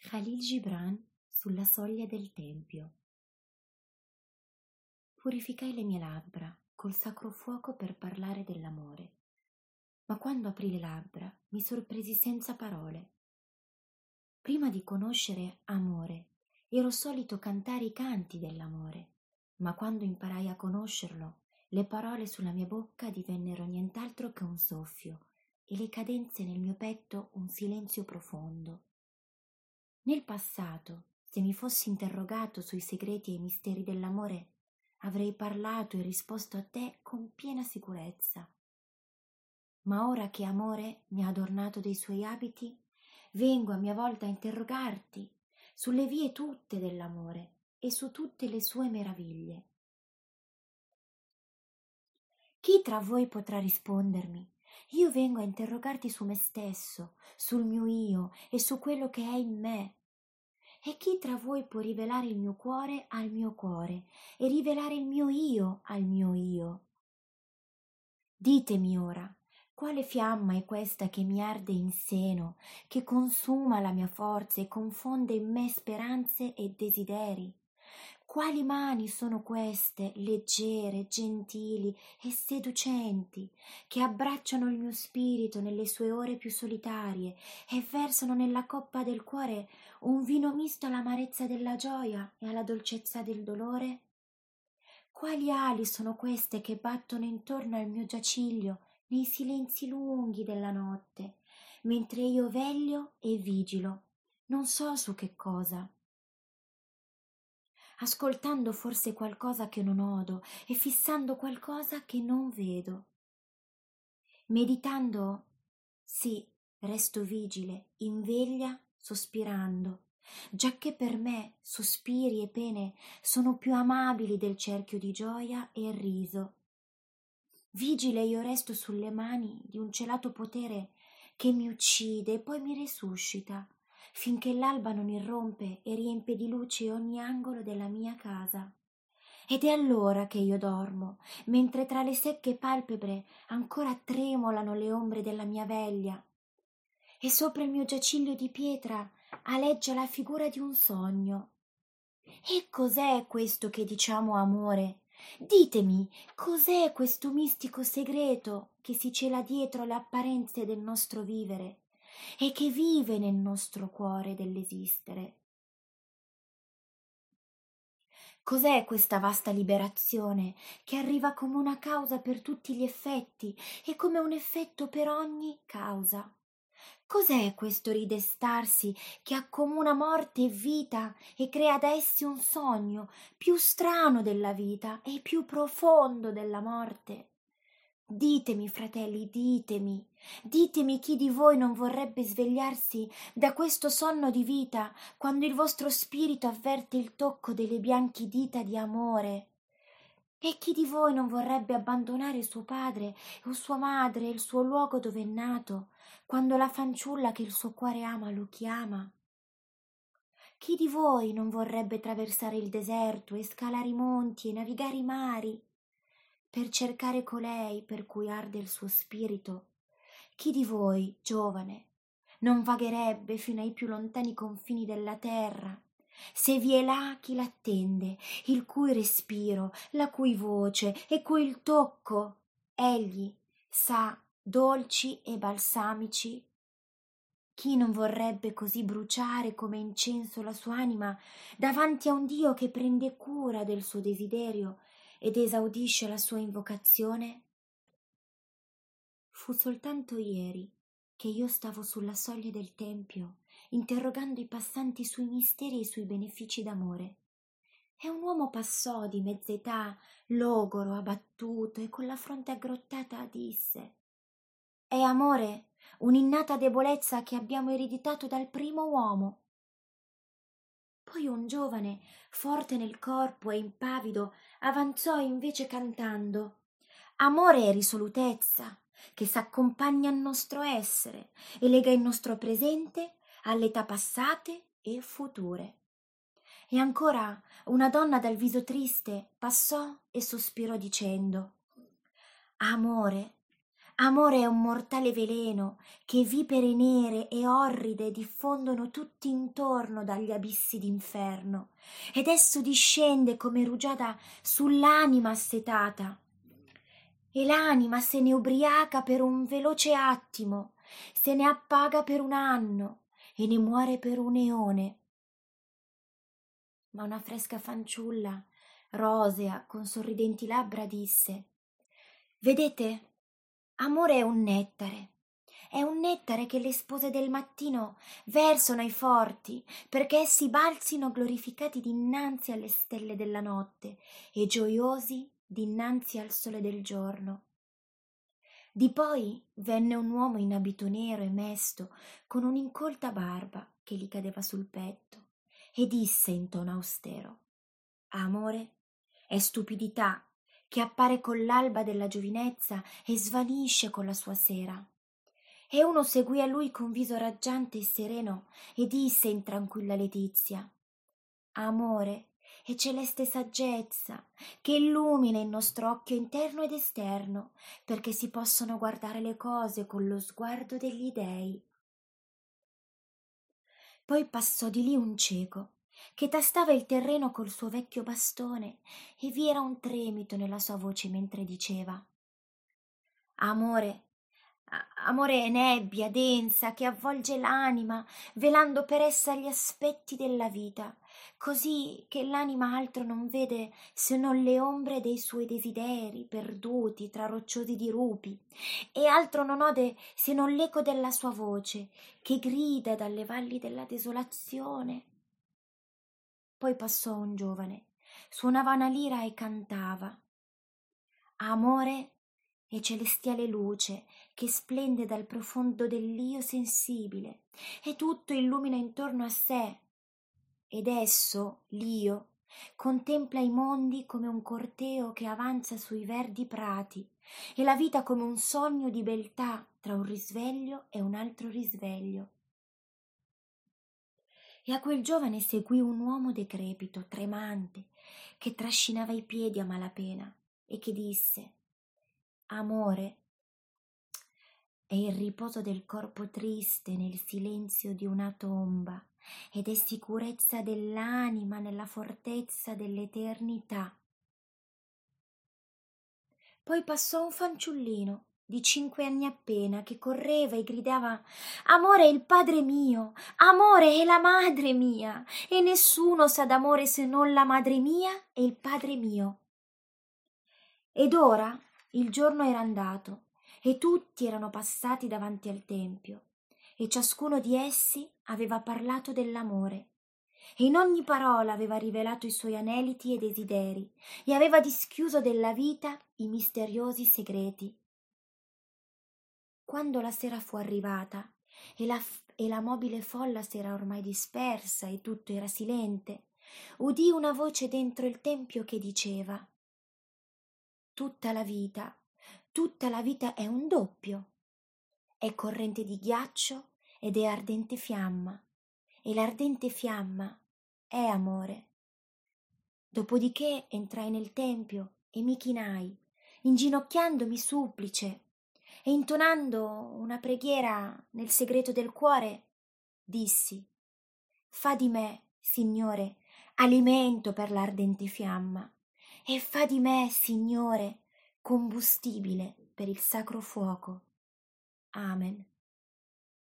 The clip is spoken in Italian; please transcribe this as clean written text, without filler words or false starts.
Khalil Gibran sulla soglia del tempio. Purificai le mie labbra col sacro fuoco per parlare dell'amore, ma quando aprì le labbra mi sorpresi senza parole. Prima di conoscere amore, ero solito cantare i canti dell'amore, ma quando imparai a conoscerlo, le parole sulla mia bocca divennero nient'altro che un soffio e le cadenze nel mio petto un silenzio profondo. Nel passato, se mi fossi interrogato sui segreti e i misteri dell'amore, avrei parlato e risposto a te con piena sicurezza. Ma ora che amore mi ha adornato dei suoi abiti, vengo a mia volta a interrogarti sulle vie tutte dell'amore e su tutte le sue meraviglie. Chi tra voi potrà rispondermi? Io vengo a interrogarti su me stesso, sul mio io e su quello che è in me. E chi tra voi può rivelare il mio cuore al mio cuore e rivelare il mio io al mio io? Ditemi ora, quale fiamma è questa che mi arde in seno, che consuma la mia forza e confonde in me speranze e desideri? Quali mani sono queste, leggere, gentili e seducenti, che abbracciano il mio spirito nelle sue ore più solitarie e versano nella coppa del cuore un vino misto all'amarezza della gioia e alla dolcezza del dolore? Quali ali sono queste che battono intorno al mio giaciglio nei silenzi lunghi della notte, mentre io veglio e vigilo, non so su che cosa, ascoltando forse qualcosa che non odo e fissando qualcosa che non vedo. Meditando, sì, resto vigile, in veglia, sospirando, giacché per me sospiri e pene sono più amabili del cerchio di gioia e riso. Vigile io resto sulle mani di un celato potere che mi uccide e poi mi risuscita, finché l'alba non irrompe e riempie di luce ogni angolo della mia casa. Ed è allora che io dormo, mentre tra le secche palpebre ancora tremolano le ombre della mia veglia, e sopra il mio giaciglio di pietra aleggia la figura di un sogno. E cos'è questo che diciamo amore? Ditemi, cos'è questo mistico segreto che si cela dietro le apparenze del nostro vivere e che vive nel nostro cuore dell'esistere? Cos'è questa vasta liberazione che arriva come una causa per tutti gli effetti e come un effetto per ogni causa? Cos'è questo ridestarsi che accomuna morte e vita e crea da essi un sogno più strano della vita e più profondo della morte? Ditemi, fratelli, ditemi chi di voi non vorrebbe svegliarsi da questo sonno di vita quando il vostro spirito avverte il tocco delle bianche dita di amore? E chi di voi non vorrebbe abbandonare suo padre o sua madre e il suo luogo dove è nato, quando la fanciulla che il suo cuore ama lo chiama? Chi di voi non vorrebbe traversare il deserto e scalare i monti e navigare i mari per cercare colei per cui arde il suo spirito? Chi di voi, giovane, non vagherebbe fino ai più lontani confini della terra, se vi è là chi l'attende, il cui respiro, la cui voce e cui tocco egli sa dolci e balsamici? Chi non vorrebbe così bruciare come incenso la sua anima davanti a un Dio che prende cura del suo desiderio ed esaudisce la sua invocazione? Fu soltanto ieri che io stavo sulla soglia del tempio, interrogando i passanti sui misteri e sui benefici d'amore. E un uomo passò di mezza età, logoro, abbattuto e con la fronte aggrottata, disse: «È amore, un'innata debolezza che abbiamo ereditato dal primo uomo». Poi un giovane, forte nel corpo e impavido, avanzò invece cantando: «Amore è risolutezza che s'accompagna al nostro essere e lega il nostro presente alle età passate e future». E ancora una donna dal viso triste passò e sospirò dicendo: «Amore, Amore è un mortale veleno che vipere nere e orride diffondono tutti intorno dagli abissi d'inferno, ed esso discende come rugiada sull'anima assetata, e l'anima se ne ubriaca per un veloce attimo, se ne appaga per un anno e ne muore per un eone. Ma una fresca fanciulla, rosea, con sorridenti labbra, disse: «Vedete, amore è un nettare che le spose del mattino versano ai forti, perché essi balzino glorificati dinanzi alle stelle della notte e gioiosi dinanzi al sole del giorno». Di poi venne un uomo in abito nero e mesto, con un'incolta barba che gli cadeva sul petto, e disse in tono austero: «Amore è stupidità che appare con l'alba della giovinezza e svanisce con la sua sera». E uno seguì a lui con viso raggiante e sereno e disse in tranquilla letizia: «Amore è celeste saggezza che illumina il nostro occhio interno ed esterno, perché si possono guardare le cose con lo sguardo degli dei». Poi passò di lì un cieco che tastava il terreno col suo vecchio bastone, e vi era un tremito nella sua voce mentre diceva: «Amore, amore è nebbia densa che avvolge l'anima, velando per essa gli aspetti della vita, così che l'anima altro non vede se non le ombre dei suoi desideri perduti tra rocciosi dirupi, e altro non ode se non l'eco della sua voce che grida dalle valli della desolazione». Poi passò un giovane, suonava una lira e cantava: «Amore e celestiale luce che splende dal profondo dell'io sensibile e tutto illumina intorno a sé, ed esso, l'io, contempla i mondi come un corteo che avanza sui verdi prati, e la vita come un sogno di beltà tra un risveglio e un altro risveglio». E a quel giovane seguì un uomo decrepito, tremante, che trascinava i piedi a malapena e che disse: «Amore è il riposo del corpo triste nel silenzio di una tomba, ed è sicurezza dell'anima nella fortezza dell'eternità». Poi passò un fanciullino di 5 anni appena, che correva e gridava: «Amore è il padre mio, amore è la madre mia, e nessuno sa d'amore se non la madre mia e il padre mio». Ed ora il giorno era andato e tutti erano passati davanti al tempio, e ciascuno di essi aveva parlato dell'amore, e in ogni parola aveva rivelato i suoi aneliti e desideri, e aveva dischiuso della vita i misteriosi segreti. Quando la sera fu arrivata e la mobile folla s'era ormai dispersa e tutto era silente, udì una voce dentro il tempio che diceva: «Tutta tutta la vita è un doppio, è corrente di ghiaccio ed è ardente fiamma, e l'ardente fiamma è amore». Dopodiché entrai nel tempio e mi chinai, inginocchiandomi supplice, e intonando una preghiera nel segreto del cuore, dissi: «Fa di me, Signore, alimento per l'ardente fiamma, e fa di me, Signore, combustibile per il sacro fuoco». Amen.